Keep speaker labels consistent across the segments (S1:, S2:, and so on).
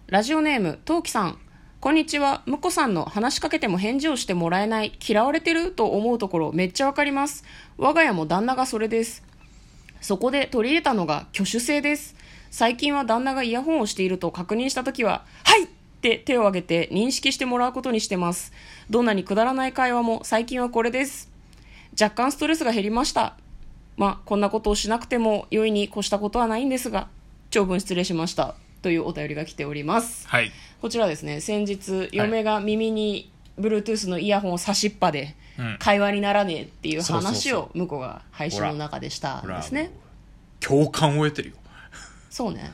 S1: ラジオネームトウキさん、こんにちは。むこさんの話しかけても返事をしてもらえない、嫌われてると思うところめっちゃわかります。我が家も旦那がそれです。そこで取り入れたのが挙手制です。最近は旦那がイヤホンをしていると確認したときは、はいって手を挙げて認識してもらうことにしてます。どんなにくだらない会話も最近はこれです。若干ストレスが減りました。こんなことをしなくても良いに越したことはないんですが、長文失礼しましたというお便りが来ております。
S2: はい。
S1: こちらですね、先日嫁が耳に Bluetooth のイヤホンを差しっぱで会話にならねえっていう話を向こうが配信の中でしたんですね。
S2: 共感を得てるよ。
S1: そうね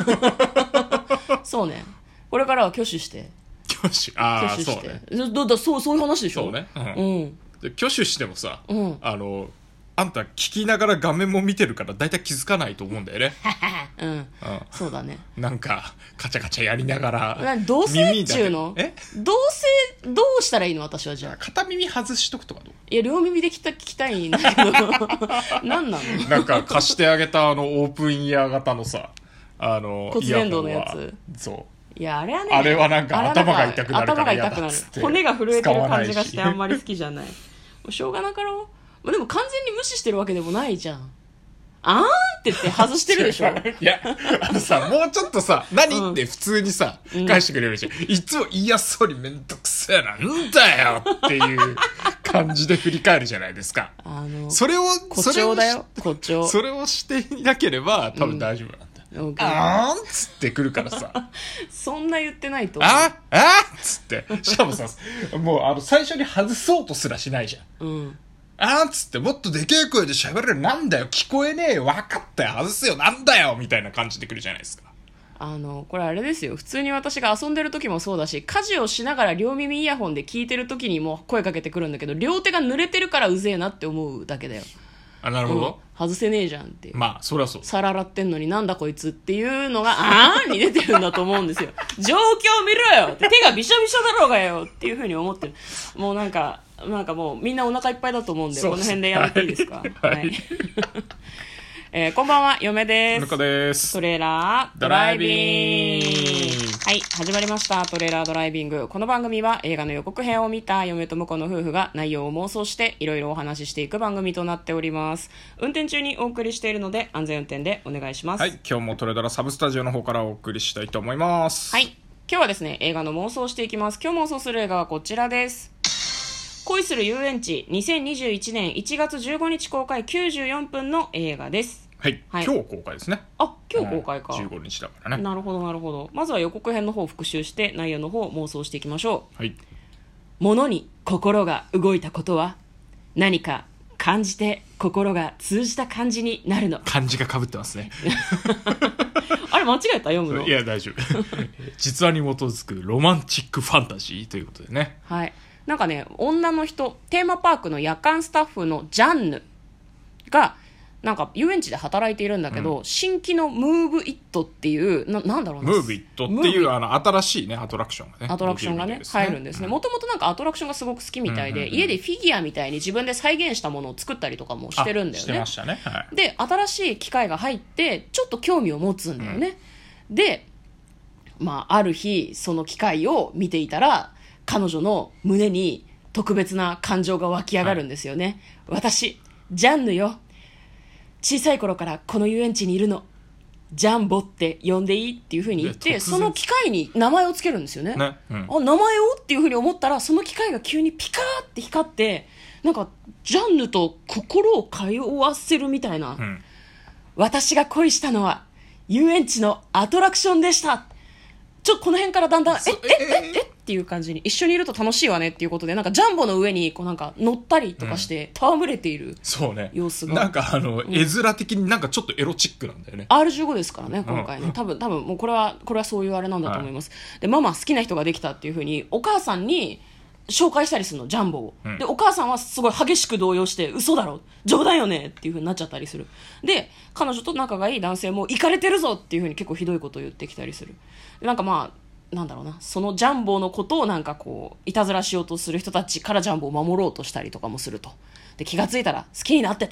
S1: そうね、これからは挙手して
S2: 挙手して
S1: そうね、そういう話でしょ。
S2: そうね、で挙手してもさ、あんた聞きながら画面も見てるからだいたい気づかないと思うんだよね
S1: そうだね。
S2: なんかカチャカチャやりながら
S1: どうせっちゅうの、どうしたらいいの私は。じゃあ
S2: 片耳外しとくとかどう？
S1: いや、両耳で聞きたいんだけど何なの
S2: なんか貸してあげたオープンイヤー型のさ、
S1: 骨伝導のやつ。
S2: そう、
S1: いや、あれはね、
S2: あれはなんか頭が痛くなるから嫌だっつって、
S1: 骨が震えてる感じがしてあんまり好きじゃないもうしょうがなかろう。でも完全に無視してるわけでもないじゃん。あーんって言って外してるでしょ
S2: いや、さ、もうちょっとさ、何って普通にさ、返してくれるし、いつも嫌そうにめんどくせえなんだよっていう感じで振り返るじゃないですか。それを
S1: 誇張だよ、誇張。
S2: それをしていなければ多分大丈夫なんだよ。あーんっつってくるからさ。
S1: そんな言ってないと思う。
S2: っつって。しかもさ、もう最初に外そうとすらしないじゃん。あーっつって、もっとでけえ声で喋れる、なんだよ、聞こえねえよ、分かったよ、外すよ、なんだよみたいな感じで来るじゃないですか。
S1: これあれですよ、普通に私が遊んでる時もそうだし、家事をしながら両耳イヤホンで聞いてる時にも声かけてくるんだけど、両手が濡れてるからうぜえなって思うだけだよ。
S2: なるほど、
S1: 外せねえじゃんっていう。
S2: そりゃそう。
S1: 皿洗ってんのになんだこいつっていうのがに出てるんだと思うんですよ。状況見ろよって、手がびしょびしょだろうがよっていう風に思ってる。もうなんかもうみんなお腹いっぱいだと思うんで、この辺でやめていいですか。はいこんばんは、嫁です。
S2: 向こうです。
S1: トレーラードライビング。はい、始まりました。トレーラードライビング。この番組は映画の予告編を見た嫁と婿の夫婦が内容を妄想していろいろお話ししていく番組となっております。運転中にお送りしているので安全運転でお願いします。
S2: はい、今日もトレドラサブスタジオの方からお送りしたいと思います。
S1: はい、今日はですね、映画の妄想をしていきます。今日妄想する映画はこちらです。恋する遊園地、2021年1月15日公開94分の映画です。
S2: はい、今日公開ですね。
S1: 今日公開か。
S2: 15日だからね。
S1: なるほどなるほど。まずは予告編の方を復習して内容の方を妄想していきましょう。
S2: はい。
S1: 物に心が動いたことは何か感じて心が通じた感じになるの。
S2: 漢字が被ってますね
S1: あれ間違えた、読むの。
S2: いや大丈夫実話に基づくロマンチックファンタジーということでね。
S1: はい。なんかね、女の人、テーマパークの夜間スタッフのジャンヌがなんか遊園地で働いているんだけど、新規のムーブイットっていうなんだろうな、
S2: ムーブイットっていう新しいねアトラクションがね、
S1: アトラクションがね入るんですね。もともとなんかアトラクションがすごく好きみたいで、家でフィギュアみたいに自分で再現したものを作ったりとかもしてるんだよね。
S2: してましたね。はい。
S1: で、新しい機械が入ってちょっと興味を持つんだよね。で、ある日その機械を見ていたら彼女の胸に特別な感情が湧き上がるんですよね。私ジャンヌよ、小さい頃からこの遊園地にいるの、ジャンボって呼んでいいっていう風に言って、その機械に名前をつけるんですよね。名前をっていう風に思ったら、その機械が急にピカーって光って、なんかジャンヌと心を通わせるみたいな、私が恋したのは遊園地のアトラクションでした。この辺からだんだんっていう感じに、一緒にいると楽しいわねっていうことで、なんかジャンボの上にこうなんか乗ったりとかして戯れている様子が、
S2: なんか絵面的になんかちょっとエロチックなんだよね。
S1: R15 ですからね今回ね。多分もうこれはそういうあれなんだと思います。で、ママ好きな人ができたっていう風にお母さんに紹介したりするの、ジャンボを。で、お母さんはすごい激しく動揺して、嘘だろ、冗談よねっていう風になっちゃったりする。で、彼女と仲がいい男性もイカれてるぞっていう風に結構ひどいことを言ってきたりする。で、なんかなんだろうな、そのジャンボのことをなんかこういたずらしようとする人たちからジャンボを守ろうとしたりとかもすると。で、気がついたら好きになってた。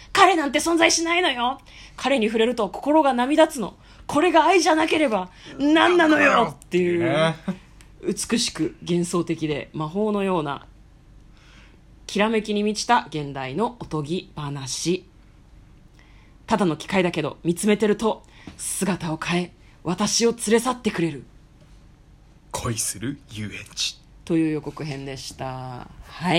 S1: 彼なんて存在しないのよ。彼に触れると心が波立つの。これが愛じゃなければ何なのよっていう、美しく幻想的で魔法のようなきらめきに満ちた現代のおとぎ話。ただの機械だけど見つめてると姿を変え私を連れ去ってくれる。
S2: 恋する遊園地
S1: という予告編でした。はい。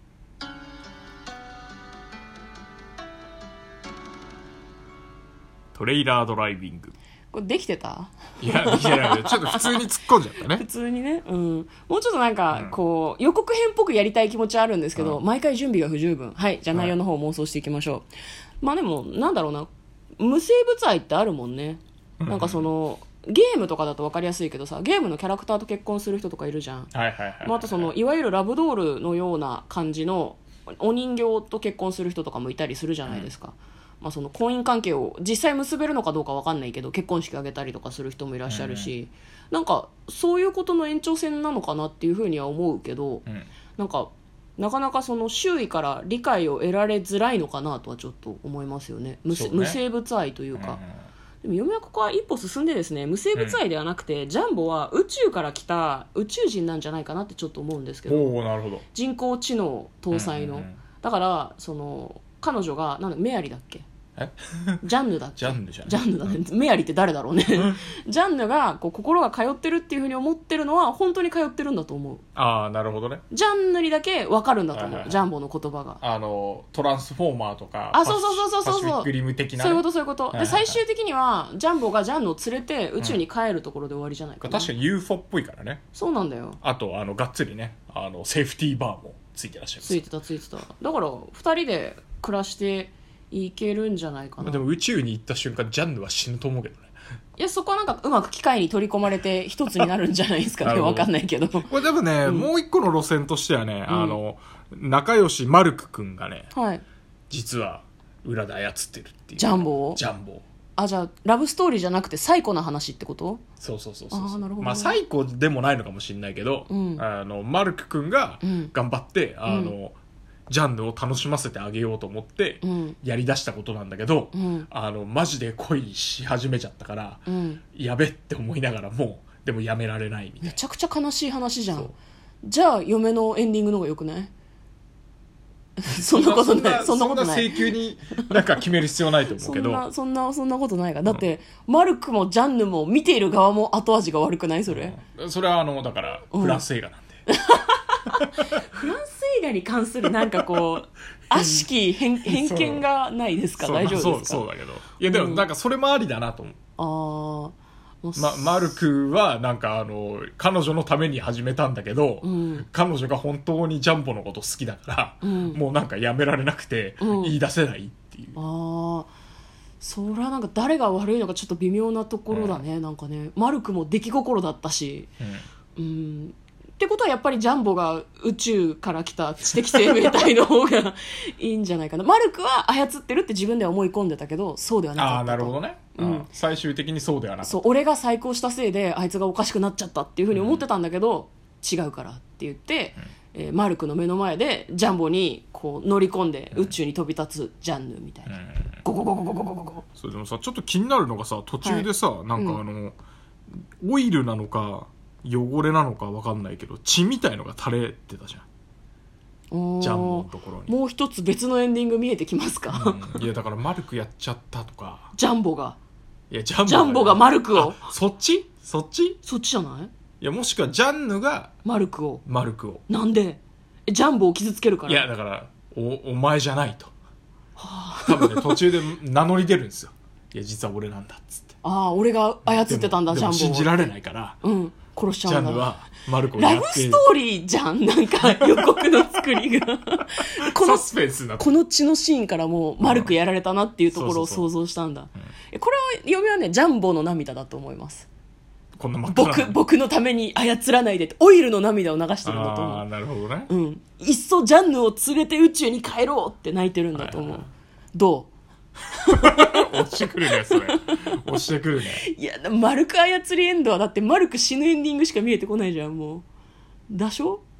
S2: トレイラードライビング。
S1: これできてた？
S2: いや、できてないよ。ちょっと普通に突っ込んじゃったね。
S1: 普通にね、うん。もうちょっとなんか、こう、予告編っぽくやりたい気持ちはあるんですけど、毎回準備が不十分。はい。じゃあ内容の方を妄想していきましょう。まあでも、なんだろうな。無生物愛ってあるもんね。なんかその、ゲームとかだと分かりやすいけどさ、ゲームのキャラクターと結婚する人とかいるじゃん。
S2: はいはいはい。
S1: まあ、あとその、いわゆるラブドールのような感じの、お人形と結婚する人とかもいたりするじゃないですか。まあ、その婚姻関係を実際結べるのかどうか分かんないけど結婚式挙げたりとかする人もいらっしゃるし、なんかそういうことの延長線なのかなっていうふうには思うけど、なんかなかなかその周囲から理解を得られづらいのかなとはちょっと思いますよね。無生物愛というか、でも嫁はここは一歩進んでですね、無生物愛ではなくて、ジャンボは宇宙から来た宇宙人なんじゃないかなってちょっと思うんですけど、
S2: なるほど。
S1: 人工知能搭載の、だからその彼女がメアリだっけ、ジャンヌだっけ、
S2: ジャンヌじゃん。
S1: ジャンヌだね。メアリって誰だろうね。ジャンヌがこう心が通ってるっていうふうに思ってるのは本当に通ってるんだと思う。
S2: ああ、なるほどね。
S1: ジャンヌにだけ分かるんだと思う、ジャンボの言葉が。
S2: トランスフォーマーとか、
S1: そう
S2: パシフィックリム的な、
S1: そういうことそういうこと、で最終的にはジャンボがジャンヌを連れて宇宙に帰るところで終わりじゃないかな。
S2: 確かに UFO っぽいからね。
S1: そうなんだよ。
S2: あとがっつりね、セーフティーバーもついてらっしゃいます。
S1: ついてたついてた。だから2人で暮らしていけるんじゃないかな。
S2: でも宇宙に行った瞬間ジャンヌは死ぬと思うけどね。
S1: いや、そこはなんかうまく機械に取り込まれて一つになるんじゃないですかね。わかんないけど。こ
S2: れでもね、もう一個の路線としてはね、仲良しマルク君がね、実は裏で操ってるっていう。
S1: ジャンボを。
S2: ジャンボ。
S1: じゃあラブストーリーじゃなくてサイコな話ってこと？
S2: そうそうそう。
S1: なるほどね。
S2: まあサイコでもないのかもしれないけど、マルク君が頑張って、ジャンヌを楽しませてあげようと思ってやりだしたことなんだけど、マジで恋し始めちゃったから、やべって思いながらもでもやめられないみたいな。
S1: めちゃくちゃ悲しい話じゃん。じゃあ嫁のエンディングの方がよくない？そんなことない。そんなことない。
S2: 請求になんか決める必要ないと思うけど
S1: そんなことないから。だって、マルクもジャンヌも見ている側も後味が悪くない？それ
S2: はだからフランス映画なんで、
S1: フランス映画に関するなんかこう悪しき偏見がないですか？大丈夫ですか？
S2: そうだけど、いやでもなんかそれもありだなと思う。マルクはなんか彼女のために始めたんだけど、彼女が本当にジャンボのこと好きだから、もうなんかやめられなくて言い出せないっていう。
S1: それはなんか誰が悪いのかちょっと微妙なところだね。なんかね、マルクも出来心だったし、ってことはやっぱりジャンボが宇宙から来た知的生命体の方がいいんじゃないかな。マルクは操ってるって自分では思い込んでたけど、そうではなかったと。
S2: なるほどね。最終的にそうではなかった。
S1: そう、俺が再婚したせいであいつがおかしくなっちゃったっていうふうに思ってたんだけど、違うからって言って、マルクの目の前でジャンボにこう乗り込んで宇宙に飛び立つジャンヌみたいな、ゴゴゴゴゴゴゴゴゴ。
S2: それでもさ、ちょっと気になるのがさ、途中でさ、なんかオイルなのか汚れなのか分かんないけど血みたいのが垂れてたじゃん、ジャンボのところに。
S1: もう一つ別のエンディング見えてきますか？
S2: いやだからマルクやっちゃったとか、
S1: ジャンボが
S2: ジ
S1: ャンボがマルクを。
S2: そっち
S1: じゃない？
S2: いやもしくはジャンヌが
S1: マルクを。なんで？ジャンボを傷つけるから？
S2: いやだからお前じゃないと、多分ね途中で名乗り出るんですよ。いや実は俺なんだっつって。
S1: 俺が操ってたんだジャンボを。
S2: 信じられないから、
S1: 殺しちゃうんだ。
S2: ジャンヌはマルコをやって。
S1: ラブストーリーじゃん、なんか予告の作りが
S2: サスペンスな。
S1: この血のシーンからもうマルクやられたなっていうところを想像したんだ。これは嫁はね、ジャンボの涙だと思います。
S2: こんな真っ赤な
S1: 僕のために操らないでってオイルの涙を流してるんだと思う。
S2: なるほどね。
S1: いっそジャンヌを連れて宇宙に帰ろうって泣いてるんだと思う。どう？
S2: 押してくるね、それ。押してくるね。
S1: いや、マルク操りエンドはだってマルク死ぬエンディングしか見えてこないじゃん、もう。だしょ？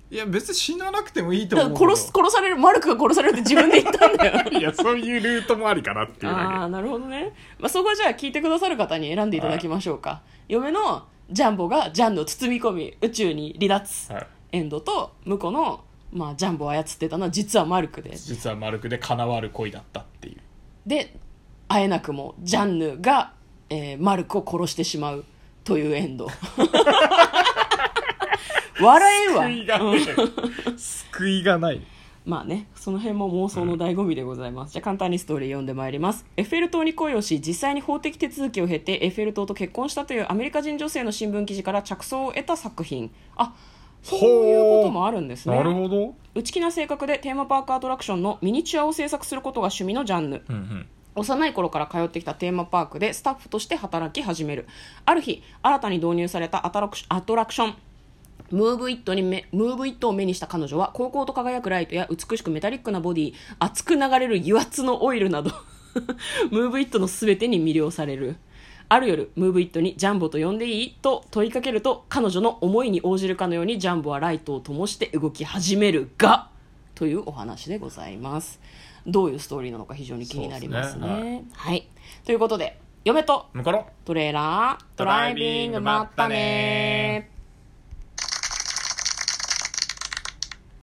S2: いや別に死ななくてもいいと
S1: だから
S2: 思うけど
S1: 殺される、マルクが殺されるって自分で言ったんだよ
S2: いやそういうルートもありかなっていうだけ。
S1: ああなるほどね、まあ、そこはじゃあ聞いてくださる方に選んでいただきましょうか、嫁のジャンボがジャンヌを包み込み宇宙に離脱、
S2: はい、
S1: エンドと婿の、まあ、ジャンボを操ってたのは実はマルクで、
S2: 実はマルクで叶わる恋だったっていう。
S1: であえなくもジャンヌが、マルクを殺してしまうというエンド笑えんわ
S2: 救いがない救いがない
S1: まあね、その辺も妄想の醍醐味でございます、じゃあ簡単にストーリー読んでまいります。エッフェル塔に恋をし実際に法的手続きを経てエッフェル塔と結婚したというアメリカ人女性の新聞記事から着想を得た作品。あ、そういうこともあるんですね。
S2: なるほど。
S1: 内気な性格でテーマパークアトラクションのミニチュアを制作することが趣味のジャンヌ、
S2: うんうん、
S1: 幼い頃から通ってきたテーマパークでスタッフとして働き始める。ある日新たに導入されたアトラクションムーブイットを目にした彼女は高校と輝くライトや美しくメタリックなボディ、熱く流れる油圧のオイルなどムーブイットの全てに魅了される。ある夜ムーブイットにジャンボと呼んでいいと問いかけると、彼女の思いに応じるかのようにジャンボはライトを灯して動き始めるが、というお話でございます。どういうストーリーなのか非常に気になりますね。
S2: そうですね、
S1: はい、ということで嫁と
S2: 向こうの
S1: トレーラードライビングまったね。